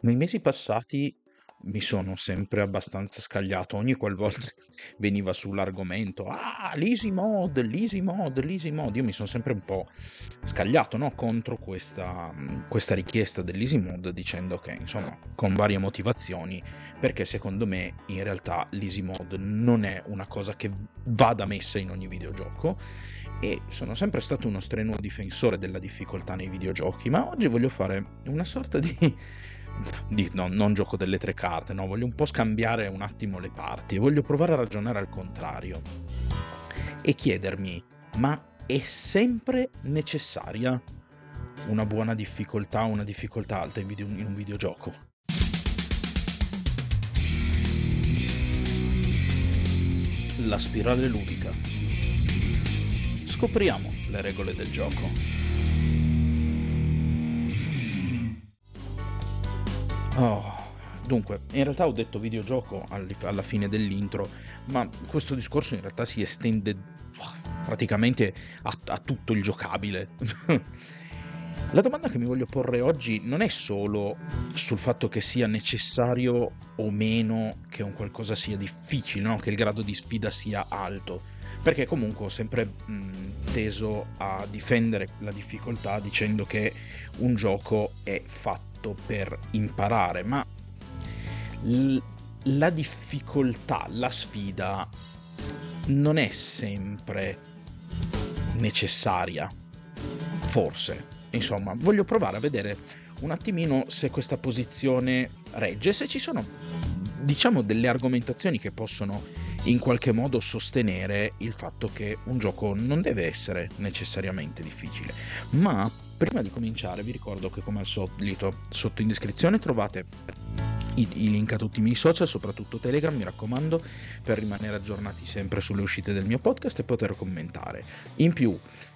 Nei mesi passati mi sono sempre abbastanza scagliato ogni qualvolta veniva sull'argomento: "Ah, l'easy mode, l'easy mode, l'easy mode". Io mi son sempre un po' scagliato, no, contro questa richiesta dell'easy mode dicendo che, insomma, con varie motivazioni, perché secondo me in realtà l'easy mode non è una cosa che vada messa in ogni videogioco e sono sempre stato uno strenuo difensore della difficoltà nei videogiochi, ma oggi voglio fare una sorta di no, non gioco delle tre carte, no, voglio un po' scambiare un attimo le parti, voglio provare a ragionare al contrario e chiedermi: ma è sempre necessaria una buona difficoltà, una difficoltà alta in un videogioco? La spirale ludica. Scopriamo le regole del gioco. Oh, dunque, in realtà ho detto videogioco alla fine dell'intro, ma questo discorso in realtà si estende praticamente a tutto il giocabile. La domanda che mi voglio porre oggi non è solo sul fatto che sia necessario o meno che un qualcosa sia difficile, no? Che il grado di sfida sia alto, perché comunque ho sempre teso a difendere la difficoltà dicendo che un gioco è fatto per imparare, ma l- la difficoltà, la sfida non è sempre necessaria, forse. Insomma, voglio provare a vedere un attimino se questa posizione regge, se ci sono, diciamo, delle argomentazioni che possono in qualche modo sostenere il fatto che un gioco non deve essere necessariamente difficile. Ma prima di cominciare vi ricordo che, come al solito, sotto in descrizione trovate i link a tutti i miei social, soprattutto Telegram, mi raccomando, per rimanere aggiornati sempre sulle uscite del mio podcast e poter commentare. In più,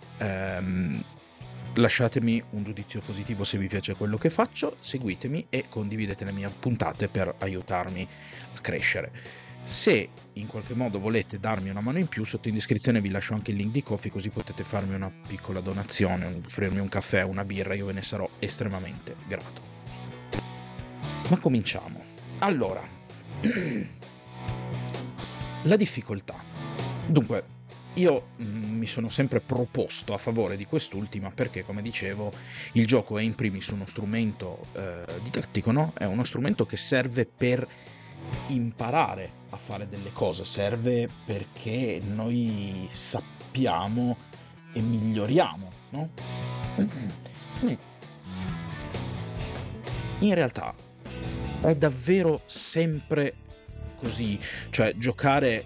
lasciatemi un giudizio positivo se vi piace quello che faccio, seguitemi e condividete le mie puntate per aiutarmi a crescere. Se in qualche modo volete darmi una mano in più, sotto in descrizione vi lascio anche il link di Ko-fi, così potete farmi una piccola donazione, offrirmi un caffè, una birra, io ve ne sarò estremamente grato. Ma cominciamo. Allora, la difficoltà. Dunque, io mi sono sempre proposto a favore di quest'ultima perché, come dicevo, il gioco è in primis uno strumento didattico, no? È uno strumento che serve per imparare a fare delle cose, serve perché noi sappiamo e miglioriamo, no? In realtà è davvero sempre così? Cioè, giocare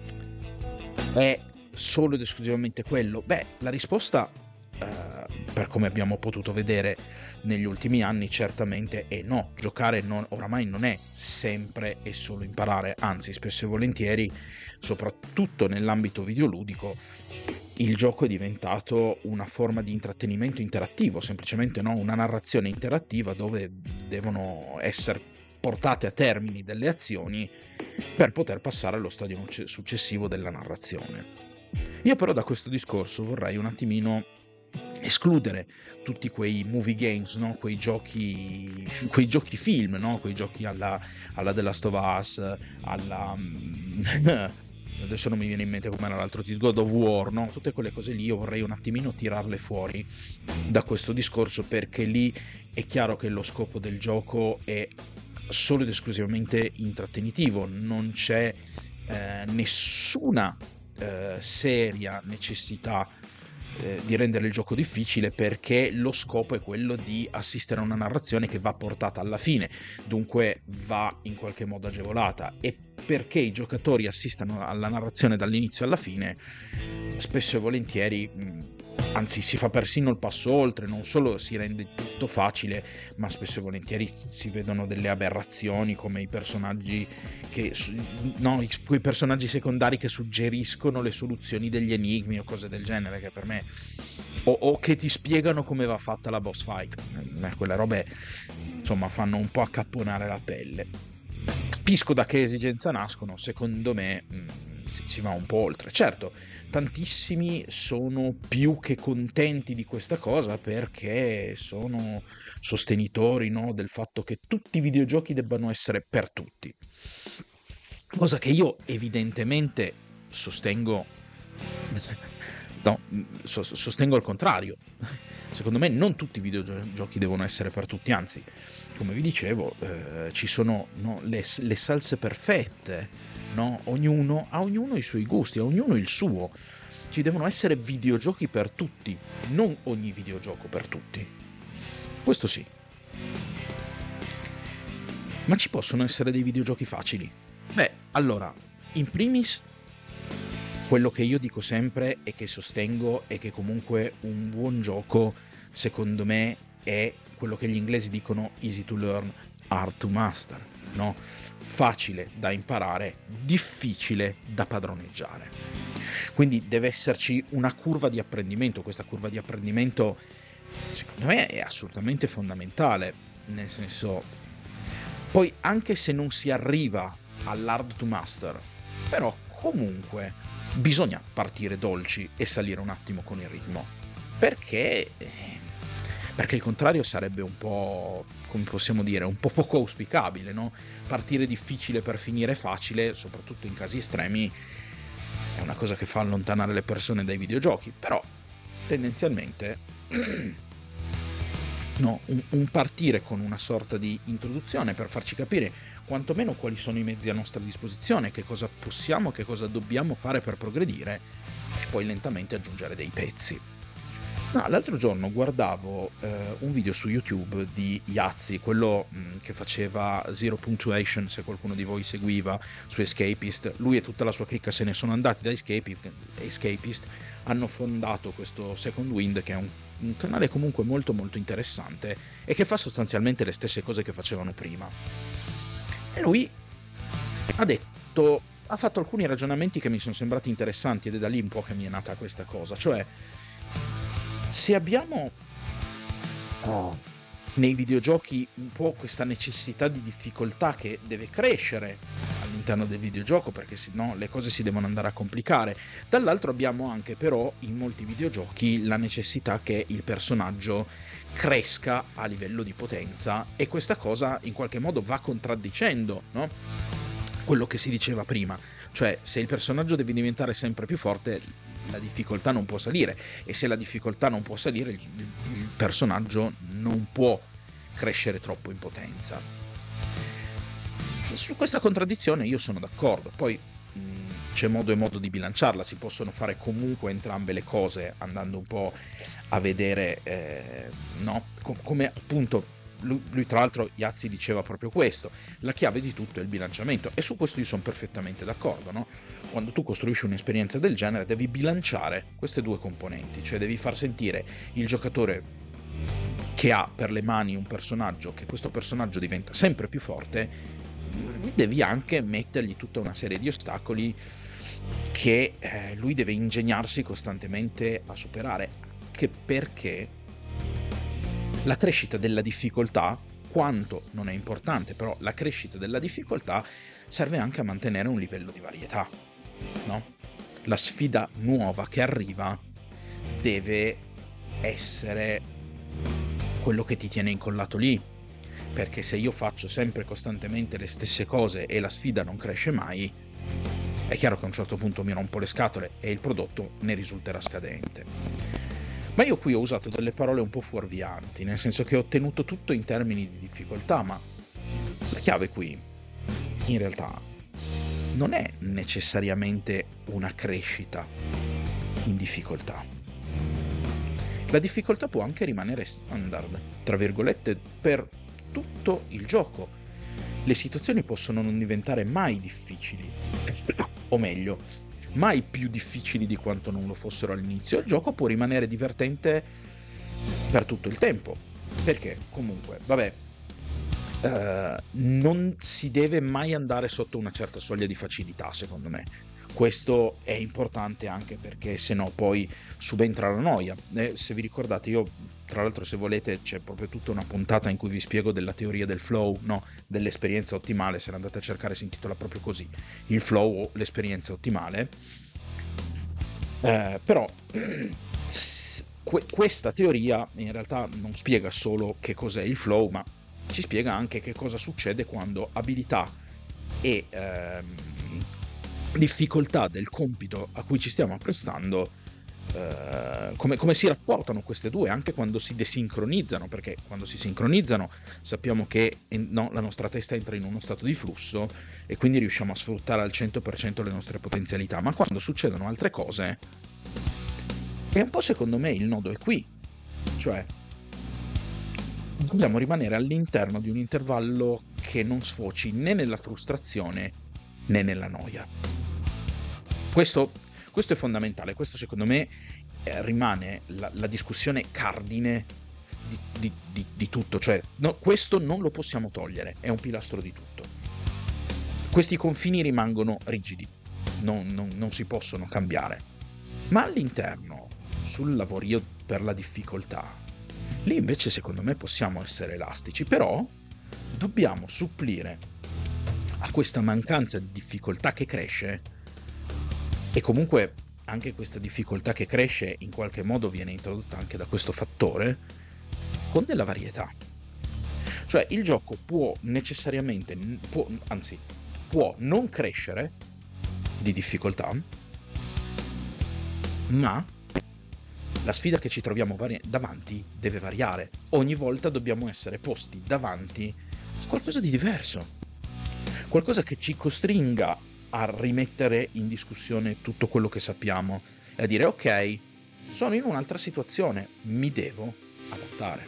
è solo ed esclusivamente quello? Beh, la risposta, per come abbiamo potuto vedere negli ultimi anni, certamente è no. Giocare oramai non è sempre e solo imparare, anzi, spesso e volentieri, soprattutto nell'ambito videoludico, il gioco è diventato una forma di intrattenimento interattivo, semplicemente, no? Una narrazione interattiva dove devono essere portate a termine delle azioni per poter passare allo stadio successivo della narrazione. Io però da questo discorso vorrei un attimino escludere tutti quei movie games, no? Quei giochi film, no? Quei giochi alla The Last of Us, alla adesso non mi viene in mente come era l'altro titolo, God of War, no? Tutte quelle cose lì io vorrei un attimino tirarle fuori da questo discorso, perché lì è chiaro che lo scopo del gioco è solo ed esclusivamente intrattenitivo, non c'è nessuna seria necessità di rendere il gioco difficile, perché lo scopo è quello di assistere a una narrazione che va portata alla fine, dunque va in qualche modo agevolata, e perché i giocatori assistano alla narrazione dall'inizio alla fine, spesso e volentieri, anzi si fa persino il passo oltre, non solo si rende tutto facile, ma spesso e volentieri si vedono delle aberrazioni come i personaggi quei personaggi secondari che suggeriscono le soluzioni degli enigmi o cose del genere, che per me o che ti spiegano come va fatta la boss fight. Quelle robe, insomma, fanno un po' accapponare la pelle. Capisco da che esigenza nascono, secondo me si va un po' oltre. Certo, tantissimi sono più che contenti di questa cosa perché sono sostenitori, no, del fatto che tutti i videogiochi debbano essere per tutti. Cosa che io evidentemente sostengo, no, sostengo il contrario. Secondo me non tutti i videogiochi devono essere per tutti, anzi, come vi dicevo, ci sono, no, le salse perfette, no? A ognuno i suoi gusti, a ognuno il suo. Ci devono essere videogiochi per tutti, non ogni videogioco per tutti. Questo sì. Ma ci possono essere dei videogiochi facili? Beh, allora, in primis, quello che io dico sempre e che sostengo è che comunque un buon gioco, secondo me, è quello che gli inglesi dicono easy to learn, hard to master, no? Facile da imparare, difficile da padroneggiare. Quindi deve esserci una curva di apprendimento. Questa curva di apprendimento, secondo me, è assolutamente fondamentale, nel senso, poi anche se non si arriva all'hard to master, però comunque bisogna partire dolci e salire un attimo con il ritmo, perché il contrario sarebbe un po', come possiamo dire, un po' poco auspicabile, no? Partire difficile per finire facile, soprattutto in casi estremi, è una cosa che fa allontanare le persone dai videogiochi, però tendenzialmente no, un partire con una sorta di introduzione per farci capire quantomeno quali sono i mezzi a nostra disposizione, che cosa possiamo, che cosa dobbiamo fare per progredire, e poi lentamente aggiungere dei pezzi. No, l'altro giorno guardavo un video su YouTube di Yazzi, quello che faceva Zero Punctuation, se qualcuno di voi seguiva, su Escapist. Lui e tutta la sua cricca se ne sono andati da Escapist, hanno fondato questo Second Wind, che è un canale comunque molto molto interessante e che fa sostanzialmente le stesse cose che facevano prima. E lui ha fatto alcuni ragionamenti che mi sono sembrati interessanti ed è da lì un po' che mi è nata questa cosa, cioè se abbiamo nei videogiochi un po' questa necessità di difficoltà che deve crescere all'interno del videogioco, perché se no le cose si devono andare a complicare, dall'altro abbiamo anche però in molti videogiochi la necessità che il personaggio cresca a livello di potenza, e questa cosa in qualche modo va contraddicendo, no? Quello che si diceva prima, cioè se il personaggio deve diventare sempre più forte la difficoltà non può salire, e se la difficoltà non può salire il personaggio non può crescere troppo in potenza. Su questa contraddizione io sono d'accordo, poi c'è modo e modo di bilanciarla, si possono fare comunque entrambe le cose andando un po' a vedere, no? Come appunto lui tra l'altro Yazzi diceva proprio questo, la chiave di tutto è il bilanciamento, e su questo io sono perfettamente d'accordo, no? Quando tu costruisci un'esperienza del genere devi bilanciare queste due componenti, cioè devi far sentire il giocatore che ha per le mani un personaggio, che questo personaggio diventa sempre più forte, devi anche mettergli tutta una serie di ostacoli che lui deve ingegnarsi costantemente a superare, anche perché la crescita della difficoltà, quanto non è importante, però la crescita della difficoltà serve anche a mantenere un livello di varietà, no? La sfida nuova che arriva deve essere quello che ti tiene incollato lì, perché se io faccio sempre costantemente le stesse cose e la sfida non cresce mai, è chiaro che a un certo punto mi rompo le scatole e il prodotto ne risulterà scadente. Ma io qui ho usato delle parole un po' fuorvianti, nel senso che ho tenuto tutto in termini di difficoltà, ma la chiave qui, in realtà, non è necessariamente una crescita in difficoltà. La difficoltà può anche rimanere standard, tra virgolette, per tutto il gioco. Le situazioni possono non diventare mai difficili, o meglio, mai più difficili di quanto non lo fossero all'inizio. Il gioco può rimanere divertente per tutto il tempo, perché comunque, non si deve mai andare sotto una certa soglia di facilità, secondo me. Questo è importante anche perché se no poi subentra la noia. Se vi ricordate, io tra l'altro, se volete, c'è proprio tutta una puntata in cui vi spiego della teoria del flow, no, dell'esperienza ottimale. Se l'andate a cercare si intitola proprio così, il flow o l'esperienza ottimale. Però questa teoria in realtà non spiega solo che cos'è il flow, ma ci spiega anche che cosa succede quando abilità e difficoltà del compito a cui ci stiamo apprestando, come si rapportano queste due, anche quando si desincronizzano, perché quando si sincronizzano sappiamo che no, la nostra testa entra in uno stato di flusso e quindi riusciamo a sfruttare al 100% le nostre potenzialità, ma quando succedono altre cose, e un po' secondo me il nodo è qui, cioè dobbiamo rimanere all'interno di un intervallo che non sfoci né nella frustrazione né nella noia. Questo è fondamentale, questo secondo me rimane la discussione cardine di tutto, cioè no, questo non lo possiamo togliere, è un pilastro di tutto. Questi confini rimangono rigidi, non si possono cambiare, ma all'interno, sul lavorio per la difficoltà, lì invece secondo me possiamo essere elastici, però dobbiamo supplire a questa mancanza di difficoltà che cresce, e comunque anche questa difficoltà che cresce in qualche modo viene introdotta anche da questo fattore, con della varietà. Cioè il gioco può necessariamente, può non crescere di difficoltà, ma la sfida che ci troviamo davanti deve variare. Ogni volta dobbiamo essere posti davanti a qualcosa di diverso, qualcosa che ci costringa a rimettere in discussione tutto quello che sappiamo e a dire ok, sono in un'altra situazione, mi devo adattare.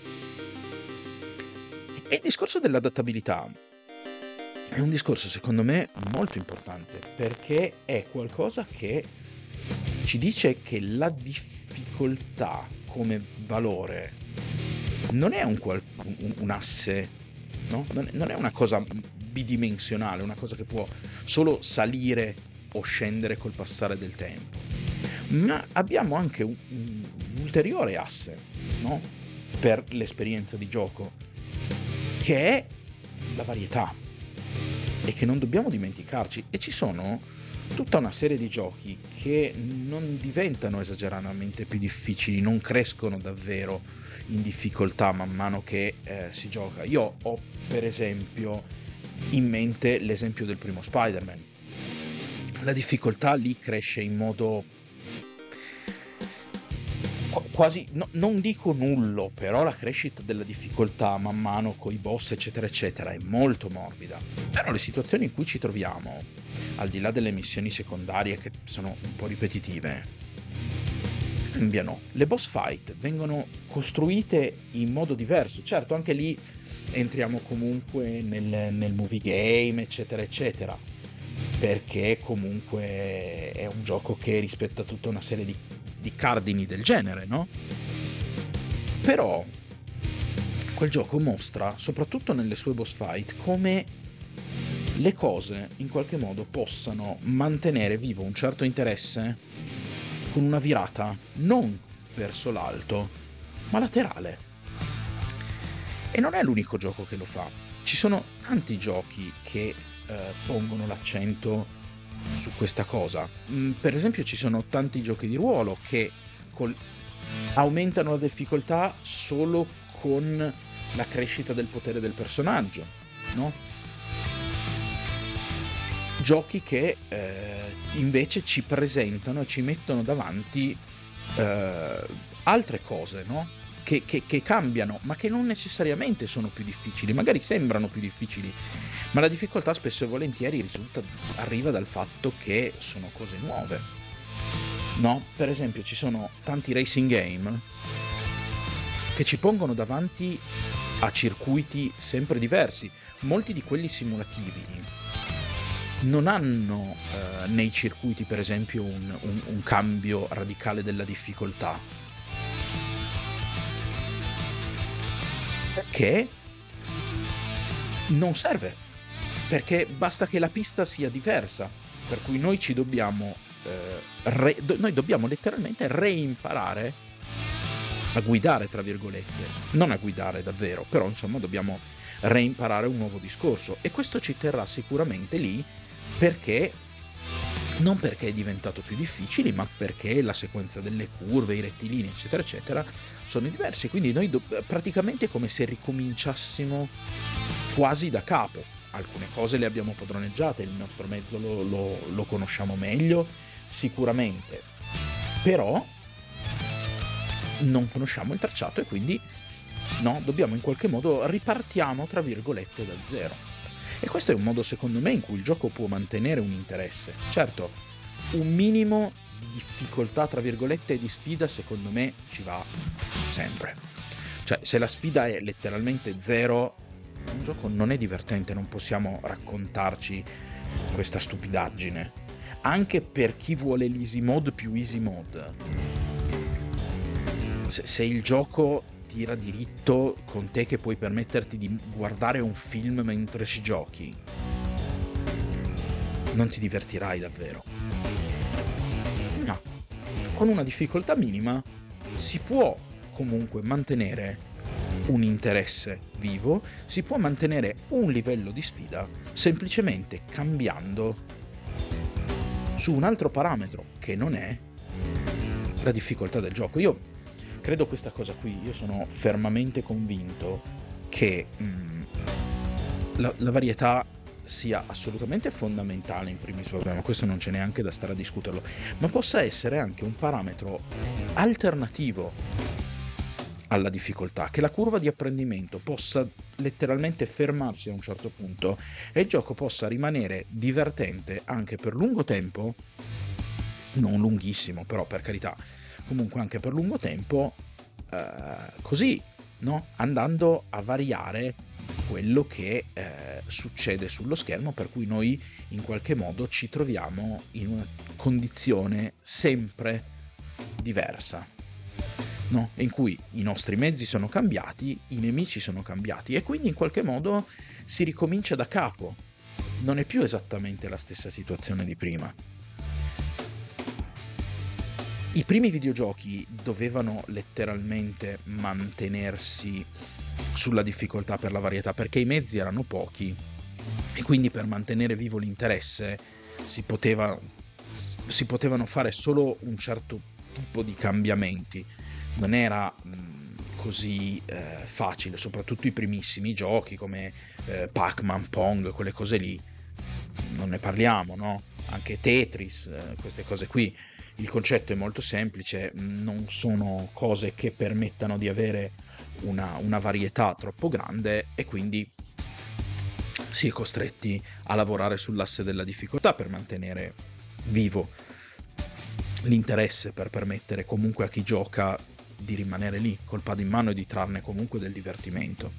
E il discorso dell'adattabilità è un discorso secondo me molto importante, perché è qualcosa che ci dice che la difficoltà come valore non è un asse, no? Non è una cosa bidimensionale, una cosa che può solo salire o scendere col passare del tempo, ma abbiamo anche un ulteriore asse, no? Per l'esperienza di gioco, che è la varietà, e che non dobbiamo dimenticarci. E ci sono tutta una serie di giochi che non diventano esageratamente più difficili, non crescono davvero in difficoltà man mano che si gioca. Io ho per esempio in mente l'esempio del primo Spider-Man. La difficoltà lì cresce in modo quasi, non dico nullo, però la crescita della difficoltà man mano coi boss eccetera eccetera è molto morbida. Però le situazioni in cui ci troviamo, al di là delle missioni secondarie che sono un po' ripetitive, cambiano. Le boss fight vengono costruite in modo diverso. Certo, anche lì entriamo comunque nel movie game eccetera eccetera, perché comunque è un gioco che rispetta tutta una serie di cardini del genere, no? Però quel gioco mostra, soprattutto nelle sue boss fight, come le cose in qualche modo possano mantenere vivo un certo interesse con una virata non verso l'alto, ma laterale. E non è l'unico gioco che lo fa. Ci sono tanti giochi che pongono l'accento su questa cosa. Per esempio ci sono tanti giochi di ruolo che aumentano la difficoltà solo con la crescita del potere del personaggio, no? Giochi che invece ci presentano e ci mettono davanti altre cose, no? Che cambiano, ma che non necessariamente sono più difficili, magari sembrano più difficili, ma la difficoltà spesso e volentieri arriva dal fatto che sono cose nuove, no? Per esempio ci sono tanti racing game che ci pongono davanti a circuiti sempre diversi. Molti di quelli simulativi non hanno nei circuiti per esempio un cambio radicale della difficoltà, perché non serve, perché basta che la pista sia diversa per cui noi ci dobbiamo noi dobbiamo letteralmente reimparare a guidare, tra virgolette, non a guidare davvero, però insomma dobbiamo reimparare un nuovo discorso, e questo ci terrà sicuramente lì, perché non perché è diventato più difficile, ma perché la sequenza delle curve, i rettilini, eccetera, eccetera, sono diversi. Quindi noi praticamente è come se ricominciassimo quasi da capo. Alcune cose le abbiamo padroneggiate, il nostro mezzo lo conosciamo meglio, sicuramente, però non conosciamo il tracciato, e quindi no, dobbiamo in qualche modo ripartiamo, tra virgolette, da zero. E questo è un modo, secondo me, in cui il gioco può mantenere un interesse. Certo, un minimo di difficoltà, tra virgolette, e di sfida, secondo me, ci va sempre. Cioè, se la sfida è letteralmente zero, un gioco non è divertente, non possiamo raccontarci questa stupidaggine. Anche per chi vuole l'easy mode più easy mode. Se il gioco tira diritto con te che puoi permetterti di guardare un film mentre ci giochi, non ti divertirai davvero. No, con una difficoltà minima si può comunque mantenere un interesse vivo, si può mantenere un livello di sfida semplicemente cambiando su un altro parametro che non è la difficoltà del gioco. Io credo questa cosa qui, io sono fermamente convinto che la varietà sia assolutamente fondamentale in primis, ma questo non c'è neanche da stare a discuterlo, ma possa essere anche un parametro alternativo alla difficoltà, che la curva di apprendimento possa letteralmente fermarsi a un certo punto e il gioco possa rimanere divertente anche per lungo tempo, non lunghissimo, però per carità, comunque anche per lungo tempo, così, no? Andando a variare quello che succede sullo schermo, per cui noi in qualche modo ci troviamo in una condizione sempre diversa, no? In cui i nostri mezzi sono cambiati, i nemici sono cambiati, e quindi in qualche modo si ricomincia da capo. Non è più esattamente la stessa situazione di prima. I primi videogiochi dovevano letteralmente mantenersi sulla difficoltà per la varietà, perché i mezzi erano pochi e quindi per mantenere vivo l'interesse si potevano fare solo un certo tipo di cambiamenti. Non era così facile, soprattutto i primissimi giochi come Pac-Man, Pong, quelle cose lì, non ne parliamo, no? Anche Tetris, queste cose qui. Il concetto è molto semplice, non sono cose che permettano di avere una varietà troppo grande, e quindi si è costretti a lavorare sull'asse della difficoltà per mantenere vivo l'interesse, per permettere comunque a chi gioca di rimanere lì col pad in mano e di trarne comunque del divertimento.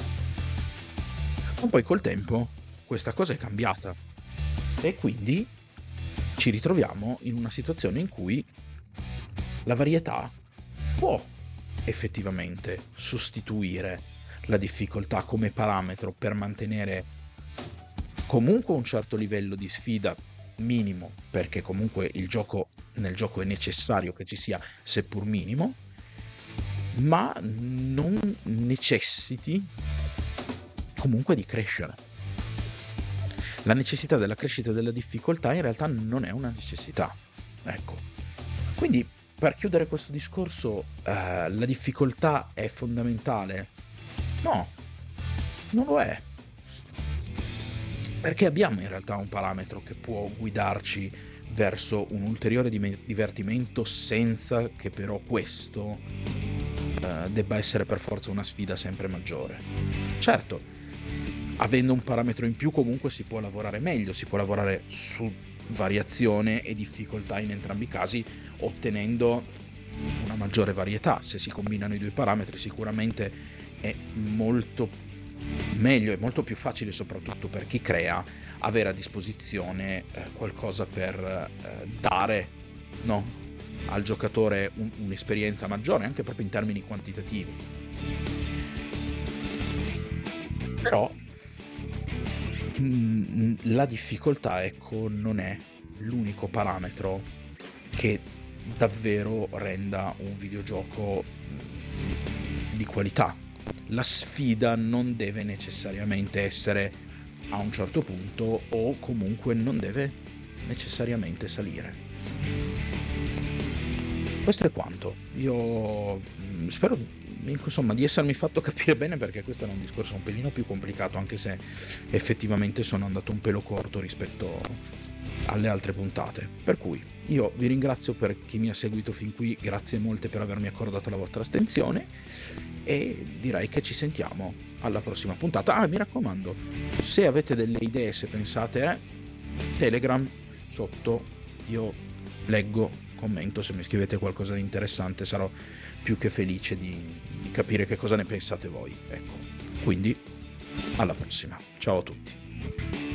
Ma poi col tempo questa cosa è cambiata e quindi ci ritroviamo in una situazione in cui la varietà può effettivamente sostituire la difficoltà come parametro per mantenere comunque un certo livello di sfida minimo, perché comunque nel gioco è necessario che ci sia, seppur minimo, ma non necessiti comunque di crescere. La necessità della crescita della difficoltà in realtà non è una necessità. Ecco. Quindi, per chiudere questo discorso, la difficoltà è fondamentale? No, non lo è. Perché abbiamo in realtà un parametro che può guidarci verso un ulteriore divertimento, senza che però questo debba essere per forza una sfida sempre maggiore. Certo, avendo un parametro in più comunque si può lavorare meglio, si può lavorare su variazione e difficoltà in entrambi i casi, ottenendo una maggiore varietà. Se si combinano i due parametri sicuramente è molto meglio, è molto più facile, soprattutto per chi crea, avere a disposizione qualcosa per dare, no, al giocatore un'esperienza maggiore, anche proprio in termini quantitativi. Però la difficoltà, ecco, non è l'unico parametro che davvero renda un videogioco di qualità. La sfida non deve necessariamente essere a un certo punto, o comunque non deve necessariamente salire. Questo è quanto. Io spero, insomma, di essermi fatto capire bene, perché questo era un discorso un pelino più complicato, anche se effettivamente sono andato un pelo corto rispetto alle altre puntate. Per cui io vi ringrazio per chi mi ha seguito fin qui, grazie molte per avermi accordato la vostra attenzione, e direi che ci sentiamo alla prossima puntata. Mi raccomando, se avete delle idee, se pensate, Telegram sotto, io leggo, commento, se mi scrivete qualcosa di interessante sarò più che felice di capire che cosa ne pensate voi. Ecco, quindi alla prossima, ciao a tutti.